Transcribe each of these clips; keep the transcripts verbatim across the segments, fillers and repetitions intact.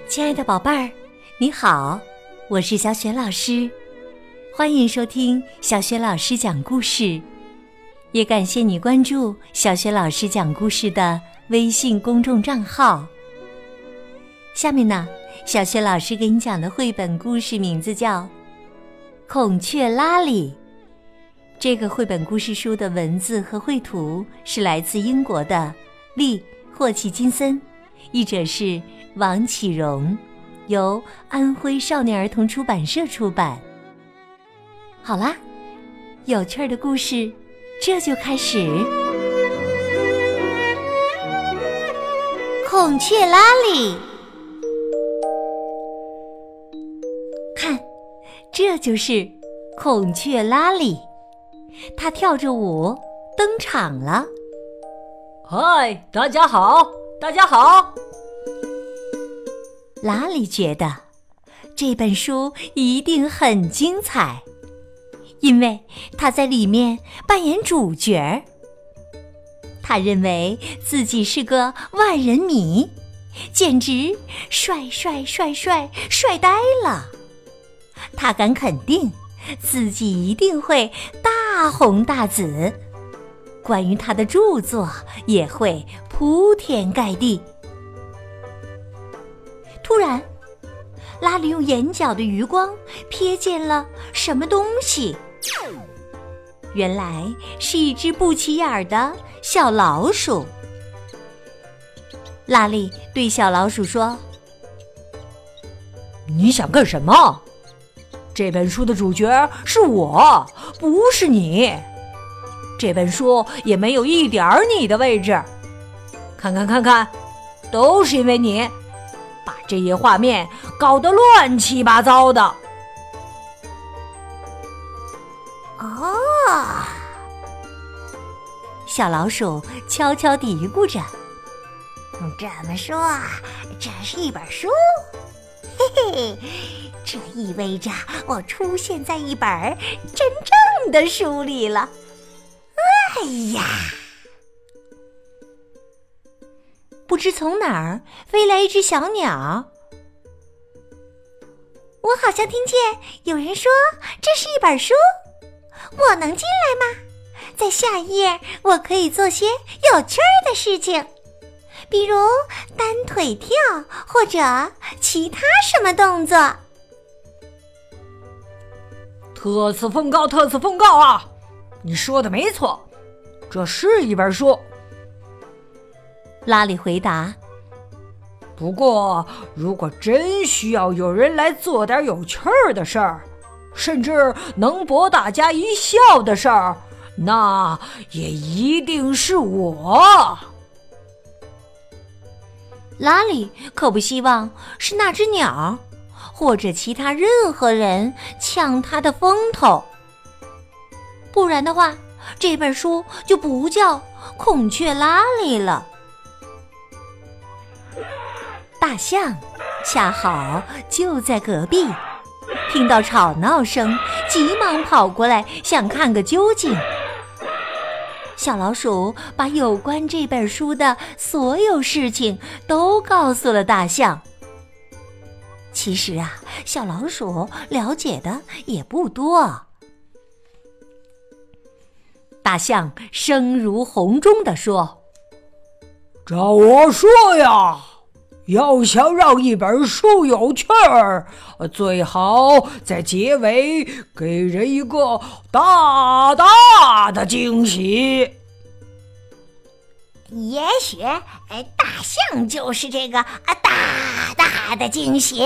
亲爱的宝贝儿，你好，我是小雪老师，欢迎收听小雪老师讲故事，也感谢你关注小雪老师讲故事的微信公众账号。下面呢，小雪老师给你讲的绘本故事名字叫《孔雀拉里》。这个绘本故事书的文字和绘图是来自英国的利·霍奇金森，译者是王启荣，由安徽少年儿童出版社出版。好啦，有趣的故事这就开始。孔雀拉里，看，这就是孔雀拉里，他跳着舞登场了。 嗨，大家好，大家好！ 拉里觉得这本书一定很精彩，因为他在里面扮演主角。他认为自己是个万人迷，简直帅帅帅帅帅呆了。他敢肯定自己一定会大红大紫，关于他的著作也会铺天盖地。突然，拉里用眼角的余光瞥见了什么东西，原来是一只不起眼的小老鼠。拉里对小老鼠说： 你想干什么？这本书的主角是我，不是你。这本书也没有一点儿你的位置。看看看看，都是因为你把这页画面搞得乱七八糟的。 哦，小老鼠悄悄嘀咕着， 这么说，这是一本书，嘿嘿，这意味着我出现在一本真正的书里了。哎呀！ 不知从哪儿飞来一只小鸟。 我好像听见有人说这是一本书，我能进来吗？在下一页我可以做些有趣儿的事情，比如单腿跳或者其他什么动作。 特此奉告，特此奉告啊！你说的没错，这是一本书。 拉里回答。 不过，如果真需要有人来做点有趣儿的事儿，甚至能博大家一笑的事儿，那也一定是我。 拉里可不希望是那只鸟或者其他任何人抢他的风头，不然的话，这本书就不叫孔雀拉里了。大象恰好就在隔壁，听到吵闹声，急忙跑过来想看个究竟。小老鼠把有关这本书的所有事情都告诉了大象。其实啊，小老鼠了解的也不多。大象声如洪钟地说： 照我说呀，要想让一本书有趣儿，最好在结尾给人一个大大的惊喜。 也许大象就是这个大大的惊喜。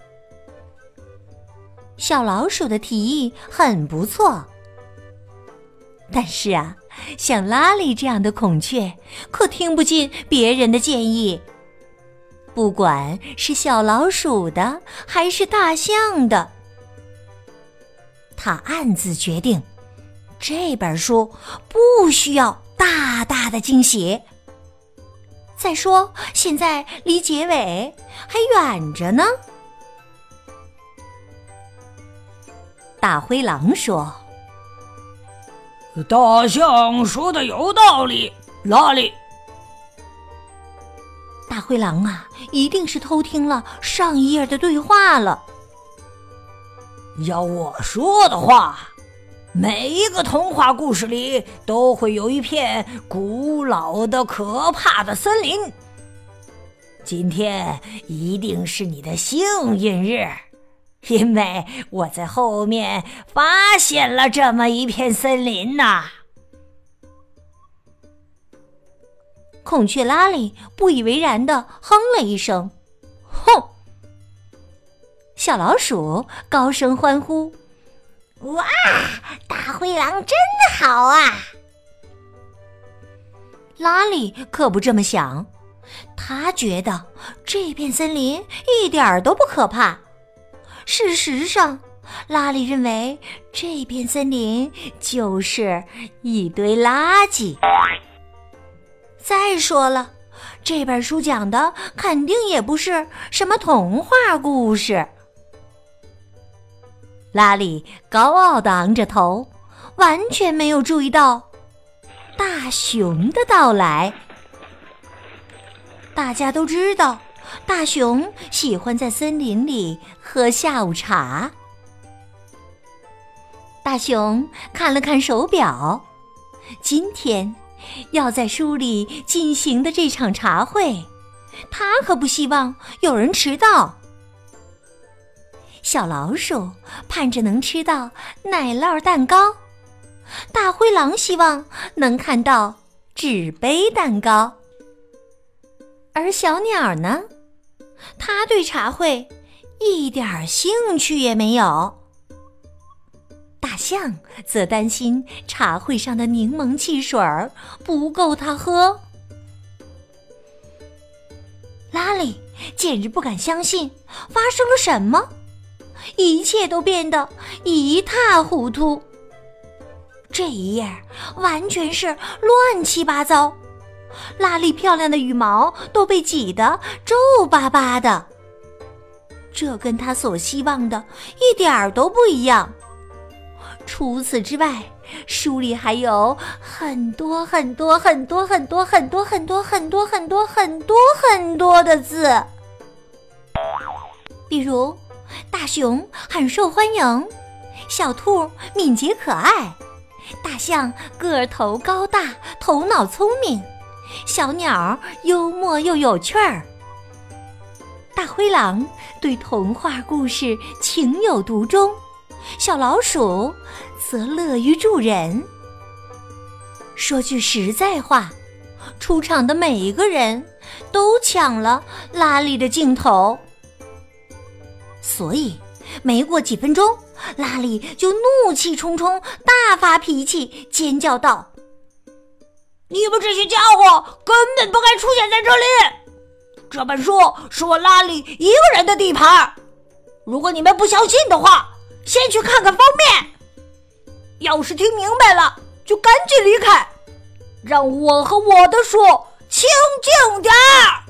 小老鼠的提议很不错，但是啊，像拉里这样的孔雀可听不进别人的建议，不管是小老鼠的还是大象的。他暗自决定，这本书不需要大大的惊喜。再说，现在离结尾还远着呢。大灰狼说： 大象说的有道理，拉里。 大灰狼啊，一定是偷听了上一页的对话了。 要我说的话，每一个童话故事里都会有一片古老的可怕的森林。今天一定是你的幸运日，因为我在后面发现了这么一片森林呐。 孔雀拉里不以为然地哼了一声，哼。小老鼠高声欢呼： 哇，大灰狼真好啊！ 拉里可不这么想，他觉得这片森林一点儿都不可怕。事实上，拉里认为这片森林就是一堆垃圾。再说了，这本书讲的肯定也不是什么童话故事。拉里高傲地昂着头，完全没有注意到大熊的到来。大家都知道，大熊喜欢在森林里喝下午茶。大熊看了看手表，今天要在书里进行的这场茶会，他可不希望有人迟到。小老鼠盼着能吃到奶酪蛋糕，大灰狼希望能看到纸杯蛋糕，而小鸟呢，它对茶会一点兴趣也没有。大象则担心茶会上的柠檬汽水不够它喝。拉里简直不敢相信发生了什么，一切都变得一塌糊涂。这一页完全是乱七八糟，拉里漂亮的羽毛都被挤得皱巴巴的，这跟他所希望的一点儿都不一样。除此之外，书里还有很多很多很多很多很多很多很多很多很多很多的字，比如大熊很受欢迎，小兔敏捷可爱，大象个头高大，头脑聪明，小鸟幽默又有趣儿，大灰狼对童话故事情有独钟，小老鼠则乐于助人。说句实在话，出场的每一个人都抢了拉里的镜头。所以没过几分钟，拉里就怒气冲冲，大发脾气，尖叫道：你们这些家伙根本不该出现在这里，这本书是我拉里一个人的地盘，如果你们不相信的话，先去看看封面，要是听明白了就赶紧离开，让我和我的书清静点儿。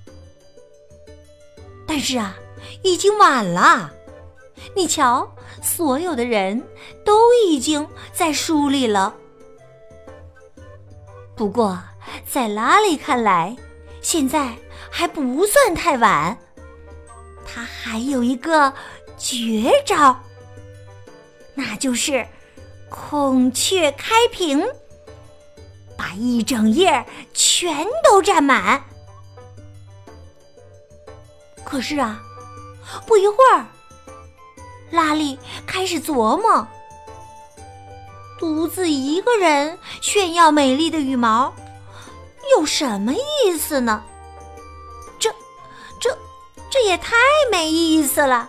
但是啊，已经晚了，你瞧，所有的人都已经在书里了。不过在拉里看来，现在还不算太晚，他还有一个绝招，那就是孔雀开屏，把一整页全都占满。可是啊，不一会儿，拉里开始琢磨，独自一个人炫耀美丽的羽毛有什么意思呢？这这这也太没意思了。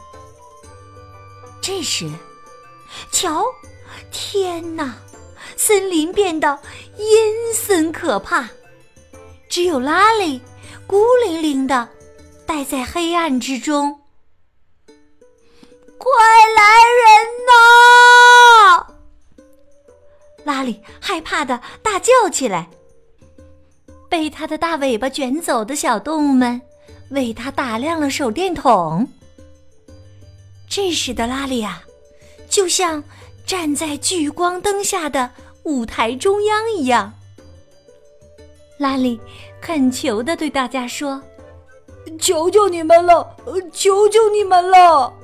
这时，瞧，天哪，森林变得阴森可怕，只有拉里孤零零地待在黑暗之中。快来人呐！拉里害怕地大叫起来。被他的大尾巴卷走的小动物们为他打亮了手电筒。这时的拉里啊，就像站在聚光灯下的舞台中央一样。 拉里恳求地对大家说：“ 求求你们了，求求你们了！”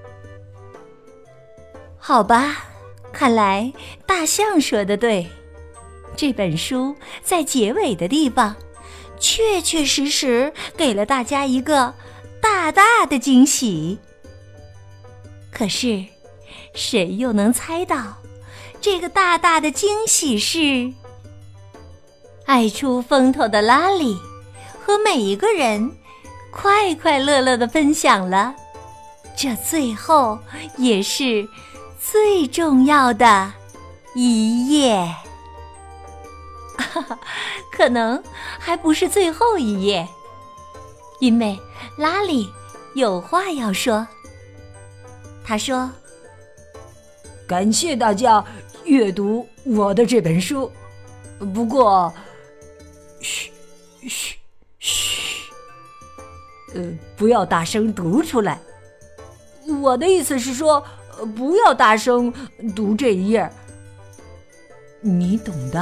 好吧，看来大象说的对，这本书在结尾的地方确确实实给了大家一个大大的惊喜。可是谁又能猜到这个大大的惊喜是爱出风头的拉里和每一个人快快乐乐地分享了这最后也是最重要的一页。可能还不是最后一页，因为拉里有话要说。他说：“ 感谢大家阅读我的这本书，不过，嘘，嘘，嘘，呃，不要大声读出来。我的意思是说，不要大声读这一页，你懂的。”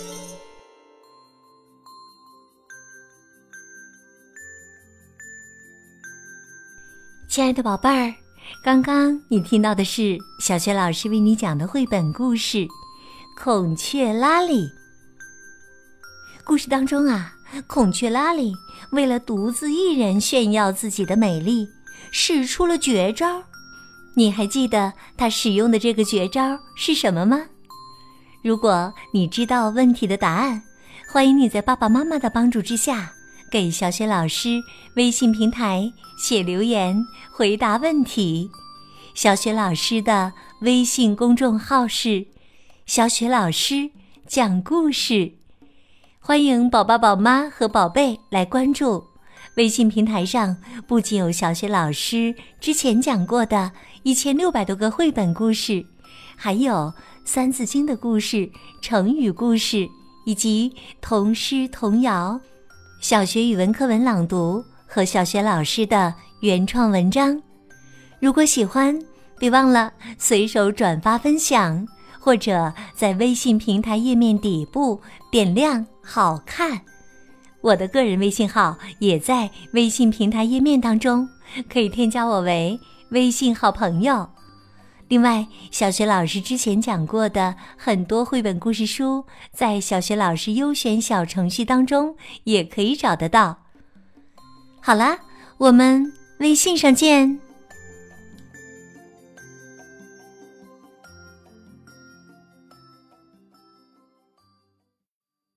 亲爱的宝贝儿，刚刚你听到的是小学老师为你讲的绘本故事《孔雀拉里》。故事当中啊，孔雀拉里为了独自一人炫耀自己的美丽，使出了绝招。你还记得他使用的这个绝招是什么吗？如果你知道问题的答案，欢迎你在爸爸妈妈的帮助之下，给小雪老师微信平台写留言回答问题。小雪老师的微信公众号是小雪老师讲故事，欢迎宝宝宝妈和宝贝来关注。微信平台上不仅有小雪老师之前讲过的一千六百多个绘本故事，还有三字经的故事、成语故事以及童诗童谣、小学语文课文朗读和小学老师的原创文章。如果喜欢，别忘了随手转发分享，或者在微信平台页面底部点亮好看。我的个人微信号也在微信平台页面当中，可以添加我为微信好朋友。另外，小学老师之前讲过的很多绘本故事书，在小学老师优选小程序当中也可以找得到。好啦，我们微信上见。